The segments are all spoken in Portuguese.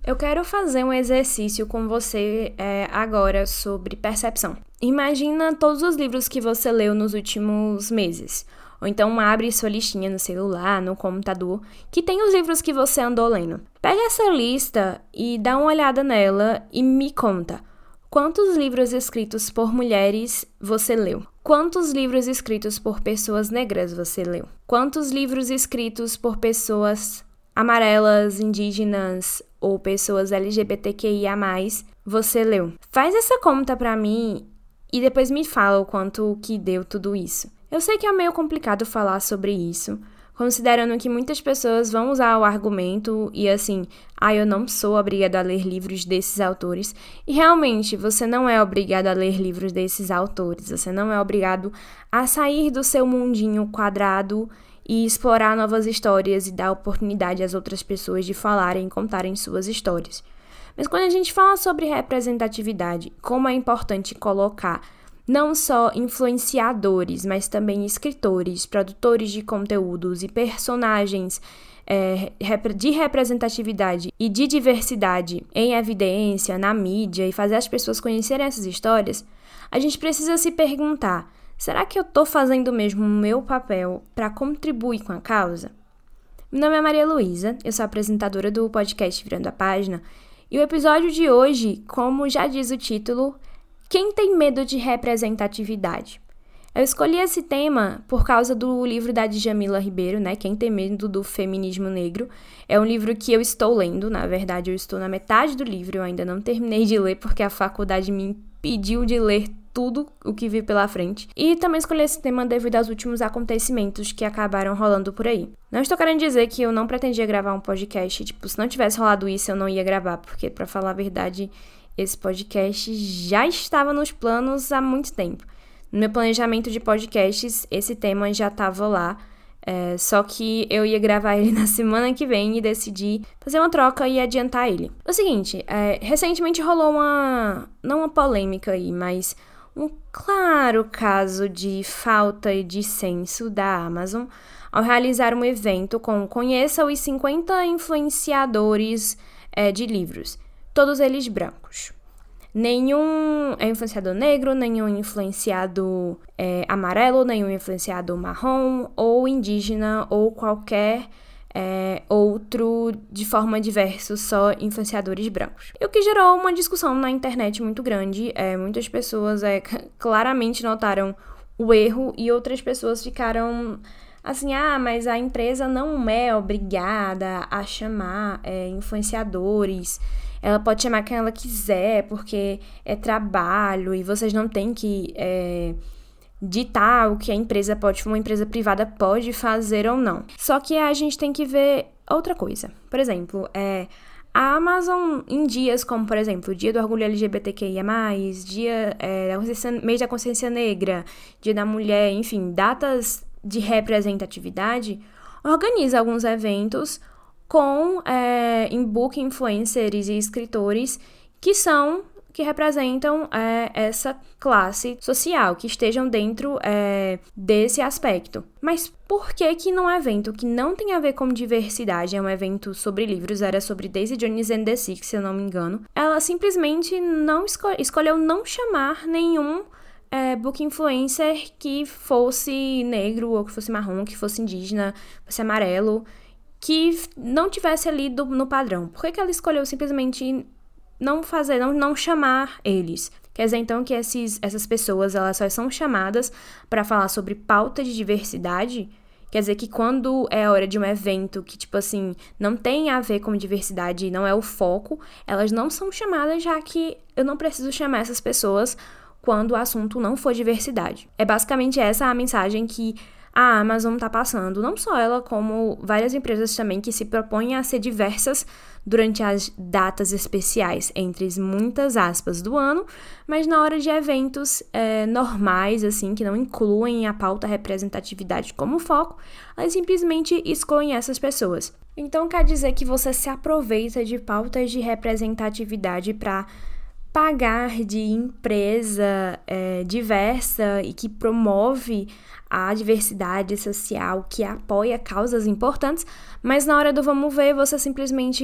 Eu quero fazer um exercício com você agora sobre percepção. Imagina todos os livros que você leu nos últimos meses. Ou então abre sua listinha no celular, no computador, que tem os livros que você andou lendo. Pega essa lista e dá uma olhada nela e me conta. Quantos livros escritos por mulheres você leu? Quantos livros escritos por pessoas negras você leu? Quantos livros escritos por pessoas amarelas, indígenas ou pessoas LGBTQIA+, você leu? Faz essa conta pra mim e depois me fala o quanto que deu tudo isso. Eu sei que é meio complicado falar sobre isso, considerando que muitas pessoas vão usar o argumento e assim, eu não sou obrigada a ler livros desses autores. E realmente, você não é obrigado a ler livros desses autores, você não é obrigado a sair do seu mundinho quadrado e explorar novas histórias e dar oportunidade às outras pessoas de falarem e contarem suas histórias. Mas quando a gente fala sobre representatividade, como é importante colocar não só influenciadores, mas também escritores, produtores de conteúdos e personagens de representatividade e de diversidade em evidência, na mídia, e fazer as pessoas conhecerem essas histórias, a gente precisa se perguntar: será que eu estou fazendo mesmo o meu papel para contribuir com a causa? Meu nome é Maria Luísa, eu sou apresentadora do podcast Virando a Página, e o episódio de hoje, como já diz o título, quem tem medo de representatividade? Eu escolhi esse tema por causa do livro da Djamila Ribeiro, né? Quem tem medo do feminismo negro. É um livro que eu estou lendo, na verdade eu estou na metade do livro, eu ainda não terminei de ler porque a faculdade me impediu de ler tudo o que vi pela frente. E também escolhi esse tema devido aos últimos acontecimentos que acabaram rolando por aí. Não estou querendo dizer que eu não pretendia gravar um podcast, se não tivesse rolado isso eu não ia gravar, porque pra falar a verdade, esse podcast já estava nos planos há muito tempo. No meu planejamento de podcasts, esse tema já estava lá, só que eu ia gravar ele na semana que vem e decidi fazer uma troca e adiantar ele. O seguinte, recentemente rolou não uma polêmica aí, mas um claro caso de falta de senso da Amazon ao realizar um evento com Conheça os 50 influenciadores de livros. Todos eles brancos. Nenhum influenciador negro, nenhum influenciado amarelo, nenhum influenciado marrom ou indígena ou qualquer outro de forma diversa, só influenciadores brancos. O que gerou uma discussão na internet muito grande. Muitas pessoas claramente notaram o erro e outras pessoas ficaram assim, mas a empresa não é obrigada a chamar influenciadores. Ela pode chamar quem ela quiser, porque é trabalho e vocês não têm que ditar o que uma empresa privada pode fazer ou não. Só que a gente tem que ver outra coisa. Por exemplo, a Amazon, em dias como, por exemplo, o Dia do Orgulho LGBTQIA+, mês da consciência negra, Dia da Mulher, enfim, datas de representatividade, organiza alguns eventos com in-book influencers e escritores que representam essa classe social, que estejam dentro desse aspecto. Mas por que num evento que não tem a ver com diversidade, é um evento sobre livros, era sobre Daisy Jones and the Six, se eu não me engano, ela simplesmente não escolheu não chamar nenhum book influencer que fosse negro, ou que fosse marrom, que fosse indígena, fosse amarelo, que não tivesse ali no padrão. Por que ela escolheu simplesmente não chamar eles? Quer dizer, então, que essas pessoas, elas só são chamadas para falar sobre pauta de diversidade? Quer dizer que quando é a hora de um evento que, não tem a ver com diversidade, não é o foco, elas não são chamadas, já que eu não preciso chamar essas pessoas quando o assunto não for diversidade. É basicamente essa a mensagem que a Amazon está passando, não só ela, como várias empresas também que se propõem a ser diversas durante as datas especiais, entre muitas aspas, do ano, mas na hora de eventos normais, assim, que não incluem a pauta representatividade como foco, elas simplesmente excluem essas pessoas. Então quer dizer que você se aproveita de pautas de representatividade para pagar de empresa diversa e que promove a diversidade social, que apoia causas importantes, mas na hora do vamos ver, você simplesmente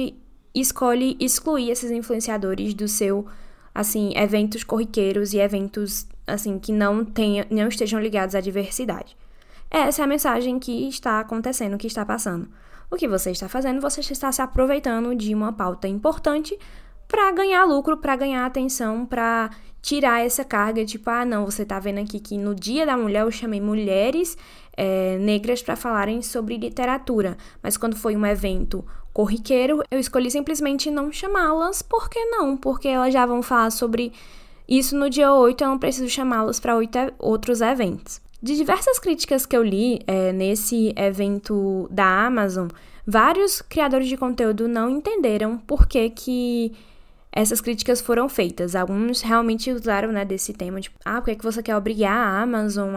escolhe excluir esses influenciadores do seu, assim, eventos corriqueiros e eventos, assim, que não estejam ligados à diversidade. Essa é a mensagem que está acontecendo, que está passando. O que você está fazendo? Você está se aproveitando de uma pauta importante para ganhar lucro, para ganhar atenção, para tirar essa carga, tipo, não, você tá vendo aqui que no Dia da Mulher eu chamei mulheres negras para falarem sobre literatura, mas quando foi um evento corriqueiro, eu escolhi simplesmente não chamá-las. Por que não? Porque elas já vão falar sobre isso no dia 8, eu não preciso chamá-las para 8 outros eventos. De diversas críticas que eu li nesse evento da Amazon, vários criadores de conteúdo não entenderam por que essas críticas foram feitas. Alguns realmente usaram, desse tema, tipo, por que você quer obrigar a Amazon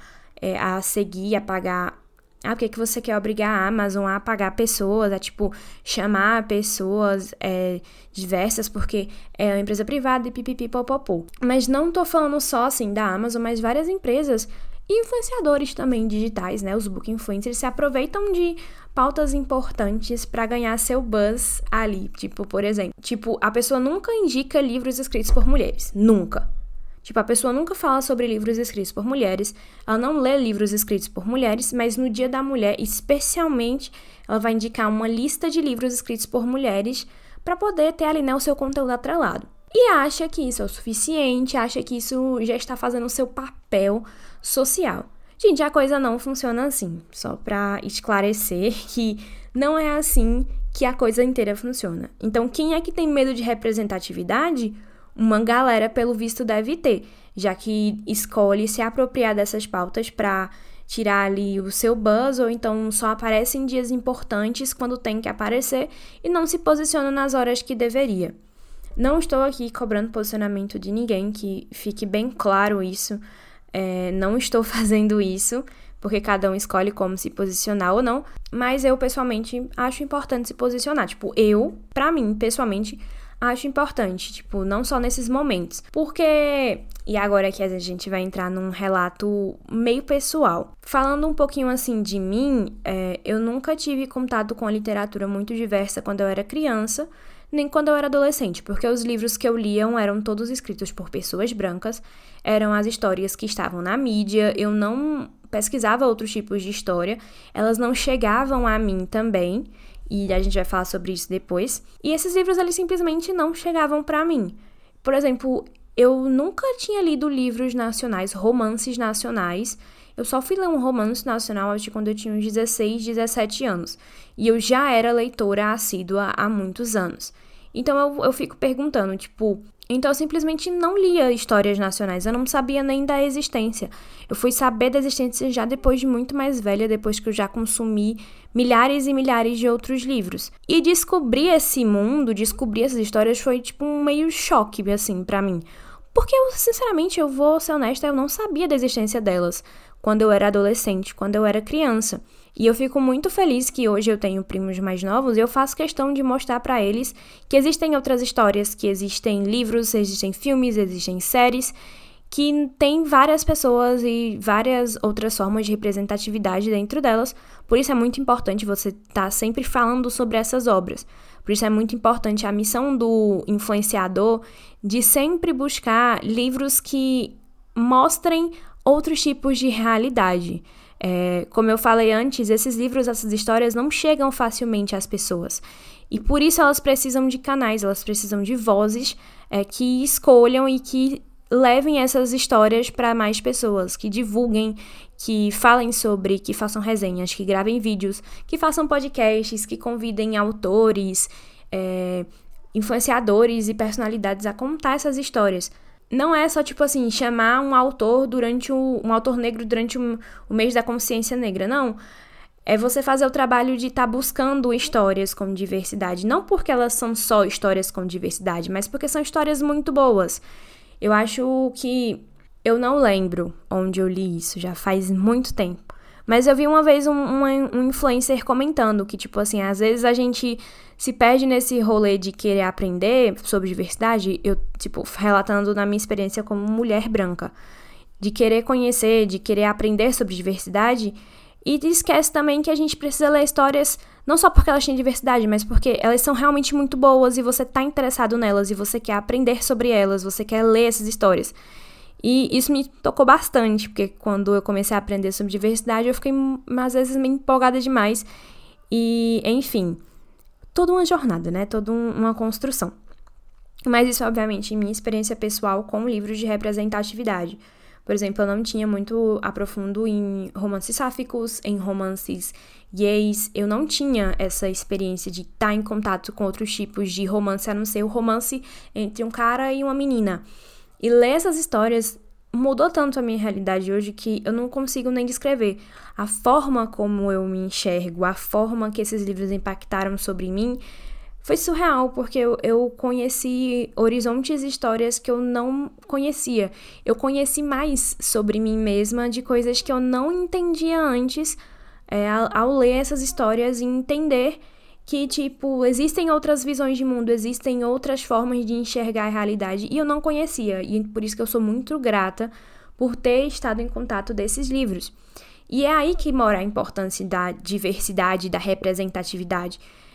a seguir, a pagar... por que você quer obrigar a Amazon a pagar pessoas, a, tipo, chamar pessoas diversas, porque é uma empresa privada e pipipipopopô. Mas não tô falando só, assim, da Amazon, mas várias empresas e influenciadores também digitais, os book influencers, se aproveitam de pautas importantes para ganhar seu buzz ali. Tipo, por exemplo, a pessoa nunca indica livros escritos por mulheres. Nunca. A pessoa nunca fala sobre livros escritos por mulheres, ela não lê livros escritos por mulheres, mas no Dia da Mulher, especialmente, ela vai indicar uma lista de livros escritos por mulheres para poder ter ali, o seu conteúdo atrelado. E acha que isso é o suficiente, acha que isso já está fazendo o seu papel social. Gente, a coisa não funciona assim. Só para esclarecer que não é assim que a coisa inteira funciona. Então, quem é que tem medo de representatividade? Uma galera, pelo visto, deve ter, já que escolhe se apropriar dessas pautas para tirar ali o seu buzz, ou então só aparece em dias importantes quando tem que aparecer e não se posiciona nas horas que deveria. Não estou aqui cobrando posicionamento de ninguém, que fique bem claro isso. Não estou fazendo isso, porque cada um escolhe como se posicionar ou não, mas eu, pessoalmente, acho importante se posicionar. Pra mim, pessoalmente, acho importante, não só nesses momentos. Porque, e agora que a gente vai entrar num relato meio pessoal. Falando um pouquinho, assim, de mim, eu nunca tive contato com a literatura muito diversa quando eu era criança, nem quando eu era adolescente, porque os livros que eu lia eram todos escritos por pessoas brancas, eram as histórias que estavam na mídia, eu não pesquisava outros tipos de história, elas não chegavam a mim também, e a gente vai falar sobre isso depois, e esses livros, eles simplesmente não chegavam pra mim. Por exemplo, eu nunca tinha lido livros nacionais, romances nacionais. Eu só fui ler um romance nacional, acho que quando eu tinha uns 16, 17 anos. E eu já era leitora assídua há muitos anos. Então eu fico perguntando, então eu simplesmente não lia histórias nacionais, eu não sabia nem da existência. Eu fui saber da existência já depois de muito mais velha, depois que eu já consumi milhares e milhares de outros livros. E descobrir esse mundo, descobrir essas histórias foi um meio choque, assim, pra mim. Porque eu, sinceramente, eu vou ser honesta, eu não sabia da existência delas quando eu era adolescente, quando eu era criança. E eu fico muito feliz que hoje eu tenho primos mais novos e eu faço questão de mostrar pra eles que existem outras histórias, que existem livros, existem filmes, existem séries, que tem várias pessoas e várias outras formas de representatividade dentro delas. Por isso é muito importante você estar sempre falando sobre essas obras. Por isso é muito importante a missão do influenciador de sempre buscar livros que mostrem outros tipos de realidade. Como eu falei antes, esses livros, essas histórias não chegam facilmente às pessoas. E por isso elas precisam de canais, elas precisam de vozes que escolham e que levem essas histórias para mais pessoas, que divulguem, que falem sobre, que façam resenhas, que gravem vídeos, que façam podcasts, que convidem autores, influenciadores e personalidades a contar essas histórias. Não é só, chamar um autor um autor negro durante o mês da consciência negra, não. É você fazer o trabalho de estar buscando histórias com diversidade. Não porque elas são só histórias com diversidade, mas porque são histórias muito boas. Eu acho que... Eu não lembro onde eu li isso, já faz muito tempo. Mas eu vi uma vez um influencer comentando que, às vezes a gente se perde nesse rolê de querer aprender sobre diversidade, eu, relatando na minha experiência como mulher branca, de querer conhecer, de querer aprender sobre diversidade, e esquece também que a gente precisa ler histórias Não só porque elas têm diversidade, mas porque elas são realmente muito boas e você tá interessado nelas e você quer aprender sobre elas, você quer ler essas histórias. E isso me tocou bastante, porque quando eu comecei a aprender sobre diversidade, eu fiquei, às vezes, meio empolgada demais. E, enfim, toda uma jornada, né? Toda uma construção. Mas isso, obviamente, em minha experiência pessoal com livros de representatividade. Por exemplo, eu não tinha muito aprofundo em romances sáficos, em romances gays. Eu não tinha essa experiência de estar em contato com outros tipos de romance, a não ser o romance entre um cara e uma menina. E ler essas histórias mudou tanto a minha realidade hoje que eu não consigo nem descrever. A forma como eu me enxergo, a forma que esses livros impactaram sobre mim foi surreal, porque eu conheci horizontes e histórias que eu não conhecia. Eu conheci mais sobre mim mesma de coisas que eu não entendia antes ao ler essas histórias e entender que, tipo, existem outras visões de mundo, existem outras formas de enxergar a realidade e eu não conhecia. E por isso que eu sou muito grata por ter estado em contato desses livros. E é aí que mora a importância da diversidade, da representatividade.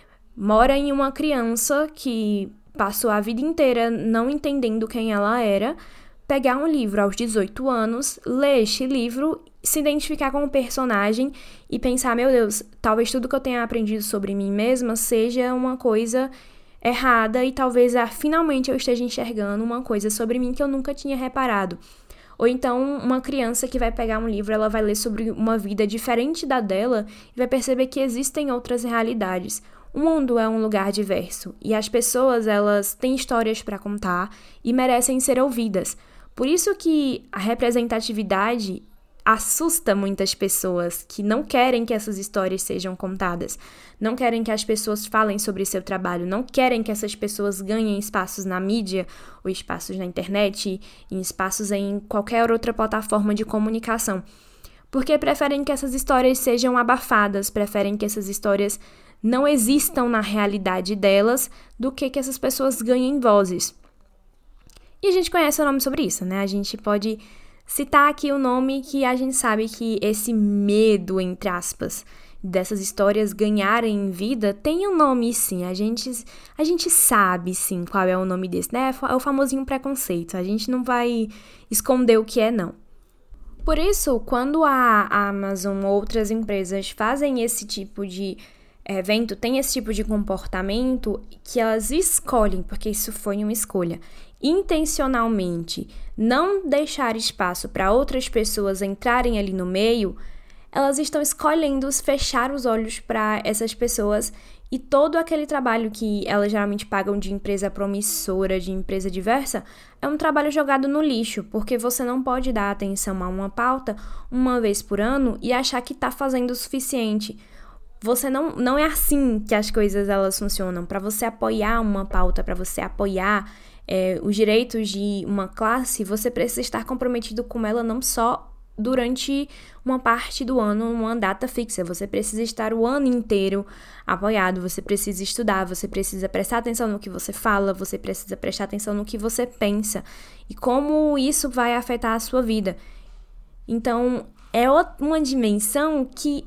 Mora em uma criança que passou a vida inteira não entendendo quem ela era, pegar um livro aos 18 anos, ler este livro, se identificar com o personagem e pensar, meu Deus, talvez tudo que eu tenha aprendido sobre mim mesma seja uma coisa errada e talvez finalmente eu esteja enxergando uma coisa sobre mim que eu nunca tinha reparado. Ou então, uma criança que vai pegar um livro, ela vai ler sobre uma vida diferente da dela e vai perceber que existem outras realidades. O mundo é um lugar diverso e as pessoas, elas têm histórias para contar e merecem ser ouvidas. Por isso que a representatividade assusta muitas pessoas que não querem que essas histórias sejam contadas, não querem que as pessoas falem sobre seu trabalho, não querem que essas pessoas ganhem espaços na mídia ou espaços na internet, em espaços em qualquer outra plataforma de comunicação. Porque preferem que essas histórias sejam abafadas, preferem que essas histórias não existam na realidade delas do que essas pessoas ganhem vozes. E a gente conhece o nome sobre isso, né? A gente pode citar aqui o nome que a gente sabe que esse medo, entre aspas, dessas histórias ganharem vida tem um nome, sim. A gente sabe, sim, qual é o nome desse, né? É o famosinho preconceito. A gente não vai esconder o que é, não. Por isso, quando a Amazon ou outras empresas fazem esse tipo de evento, tem esse tipo de comportamento que elas escolhem, porque isso foi uma escolha, intencionalmente não deixar espaço para outras pessoas entrarem ali no meio, elas estão escolhendo fechar os olhos para essas pessoas e todo aquele trabalho que elas geralmente pagam de empresa promissora, de empresa diversa, é um trabalho jogado no lixo, porque você não pode dar atenção a uma pauta uma vez por ano e achar que está fazendo o suficiente. Você não é assim que as coisas elas funcionam. Para você apoiar uma pauta, para você apoiar os direitos de uma classe, você precisa estar comprometido com ela não só durante uma parte do ano, uma data fixa. Você precisa estar o ano inteiro apoiado, você precisa estudar, você precisa prestar atenção no que você fala, você precisa prestar atenção no que você pensa e como isso vai afetar a sua vida. Então, é uma dimensão que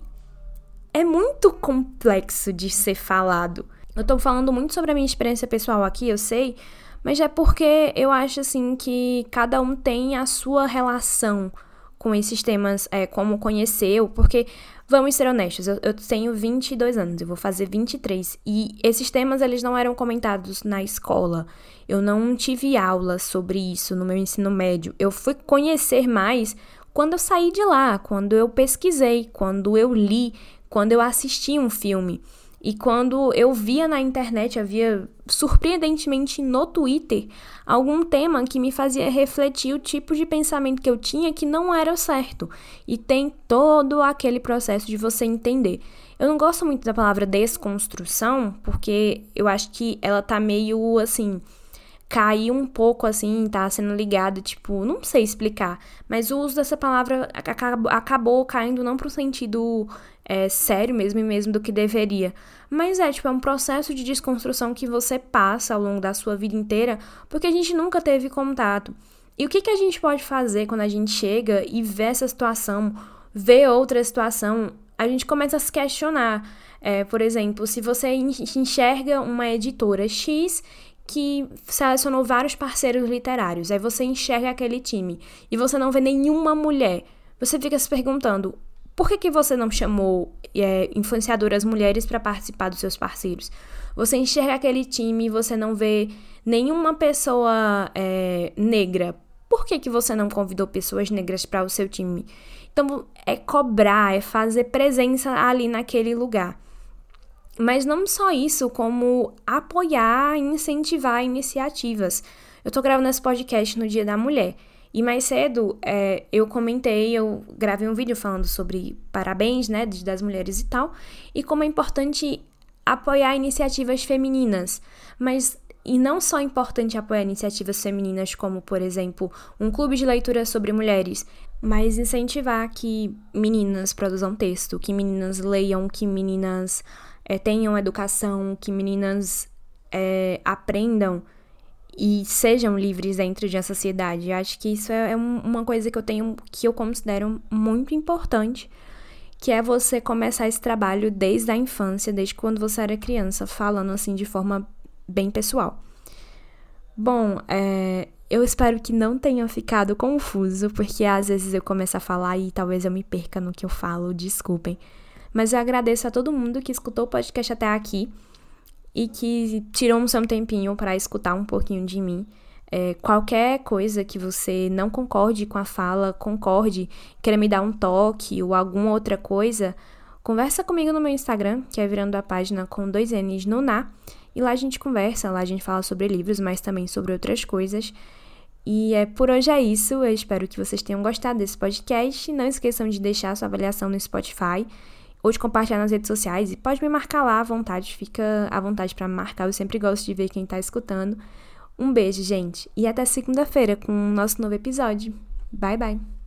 é muito complexo de ser falado. Eu tô falando muito sobre a minha experiência pessoal aqui, eu sei, mas é porque eu acho, assim, que cada um tem a sua relação com esses temas, como conheceu, porque, vamos ser honestos, eu tenho 22 anos, eu vou fazer 23, e esses temas, eles não eram comentados na escola. Eu não tive aula sobre isso no meu ensino médio. Eu fui conhecer mais quando eu saí de lá, quando eu pesquisei, quando eu li, quando eu assisti um filme e quando eu via na internet, havia surpreendentemente no Twitter, algum tema que me fazia refletir o tipo de pensamento que eu tinha que não era o certo. E tem todo aquele processo de você entender. Eu não gosto muito da palavra desconstrução, porque eu acho que ela tá meio assim, caiu um pouco assim, tá sendo ligado, tipo, não sei explicar, mas o uso dessa palavra acabou caindo não pro sentido sério mesmo e mesmo do que deveria, mas é um processo de desconstrução que você passa ao longo da sua vida inteira, porque a gente nunca teve contato. E o que a gente pode fazer quando a gente chega e vê essa situação, vê outra situação, a gente começa a se questionar. Por exemplo, se você enxerga uma editora X que selecionou vários parceiros literários, aí você enxerga aquele time e você não vê nenhuma mulher, você fica se perguntando, por que você não chamou influenciadoras mulheres para participar dos seus parceiros? Você enxerga aquele time e você não vê nenhuma pessoa negra. Por que você não convidou pessoas negras para o seu time? Então, é cobrar, é fazer presença ali naquele lugar. Mas não só isso, como apoiar e incentivar iniciativas. Eu tô gravando esse podcast no Dia da Mulher. E mais cedo, eu gravei um vídeo falando sobre parabéns, né, das mulheres e tal. E como é importante apoiar iniciativas femininas. E não só é importante apoiar iniciativas femininas como, por exemplo, um clube de leitura sobre mulheres, mas incentivar que meninas produzam texto, que meninas leiam, que meninas tenham educação, que meninas aprendam e sejam livres dentro de uma sociedade. Eu acho que isso é uma coisa que eu considero muito importante, que é você começar esse trabalho desde a infância, desde quando você era criança, falando assim de forma bem pessoal. Bom, eu espero que não tenha ficado confuso, porque às vezes eu começo a falar e talvez eu me perca no que eu falo, desculpem. Mas eu agradeço a todo mundo que escutou o podcast até aqui e que tirou um seu tempinho para escutar um pouquinho de mim. Qualquer coisa que você não concorde com a fala, queira me dar um toque ou alguma outra coisa, conversa comigo no meu Instagram, que é Virando a Página com 2 N's no Na. E lá a gente conversa, lá a gente fala sobre livros, mas também sobre outras coisas. E por hoje é isso, eu espero que vocês tenham gostado desse podcast. Não esqueçam de deixar sua avaliação no Spotify ou de compartilhar nas redes sociais. E pode me marcar lá à vontade, fica à vontade para me marcar, eu sempre gosto de ver quem tá escutando. Um beijo, gente, e até segunda-feira com o nosso novo episódio. Bye, bye!